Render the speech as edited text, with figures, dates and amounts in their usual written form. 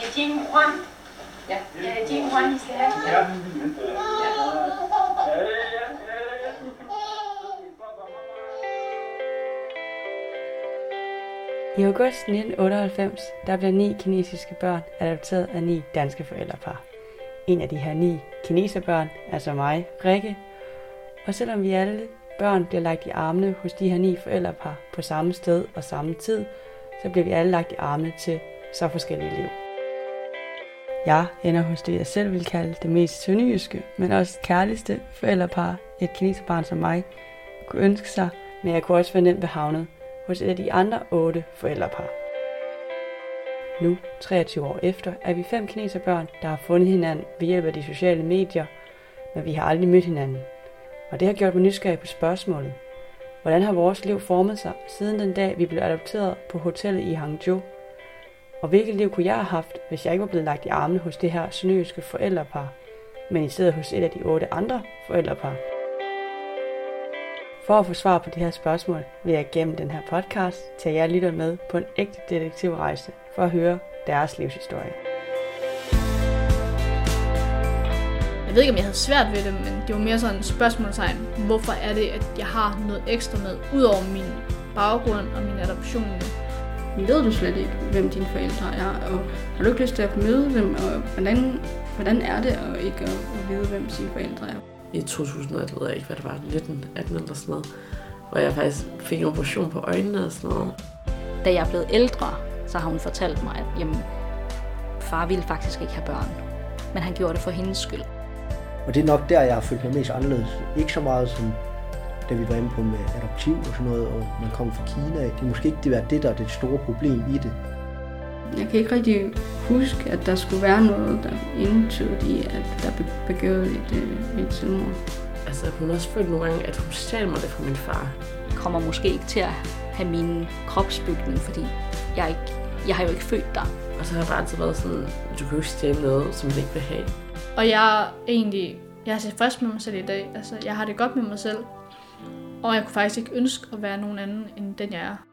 Jing Juan. Ja, Jing Juan, I skal have. Ja. I august 1998, der bliver 9 kinesiske børn adopteret af 9 danske forældrepar. En af de her 9 kineserbørn er så mig, Rikke. Og selvom vi alle børn bliver lagt i armene hos de her 9 forældrepar på samme sted og samme tid, så bliver vi alle lagt i armene til så forskellige liv. Jeg ender hos det, jeg selv vil kalde det mest sønderjyske, men også kærligste forældrepar, et kineserbarn som mig, kunne ønske sig, men jeg kunne også være nemt havnet hos et af de andre 8 forældrepar. Nu, 23 år efter, er vi 5 kineserbørn, der har fundet hinanden ved hjælp af de sociale medier, men vi har aldrig mødt hinanden. Og det har gjort mig nysgerrig på spørgsmålet. Hvordan har vores liv formet sig siden den dag, vi blev adopteret på hotellet i Hangzhou? Og hvilket liv kunne jeg have haft, hvis jeg ikke var blevet lagt i armene hos det her sønderjyske forældrepar, men i stedet hos et af de 8 andre forældrepar? For at få svar på de her spørgsmål, vil jeg gennem den her podcast tage jer lytter med på en ægte detektivrejse for at høre deres livshistorie. Jeg ved ikke, om jeg havde svært ved det, men det var mere sådan et spørgsmålstegn. Hvorfor er det, at jeg har noget ekstra med, ud over min baggrund og min adoption? Ved du slet ikke, hvem dine forældre er, og har du ikke lyst til at møde dem, og hvordan er det at ikke at vide, hvem sine forældre er? I 2001 ved jeg ikke, hvad det var, 1918 eller sådan noget, hvor jeg faktisk fik en operation på øjnene og sådan noget. Da jeg er blevet ældre, så har hun fortalt mig, at jamen, far ville faktisk ikke have børn, men han gjorde det for hendes skyld. Og det er nok der, jeg har følt mig mest anderledes. Ikke så meget som da vi var inde på med adoptiv og sådan noget, og man kom fra Kina. Det er måske ikke det, der er det store problem i det. Jeg kan ikke rigtig huske, at der skulle være noget, der indtydede i, at der blev begået et selvmord. Altså, hun har også følt nogle gange, at hun stjal mig det fra min far. Jeg kommer måske ikke til at have min kropsbygning, fordi jeg har jo ikke født der. Og så har jeg bare altid været sådan, du kan jo ikke stjæle noget, som jeg ikke vil have. Og jeg er tilfreds med mig selv i dag. Altså, jeg har det godt med mig selv. Og jeg kunne faktisk ikke ønske at være nogen anden, end den jeg er.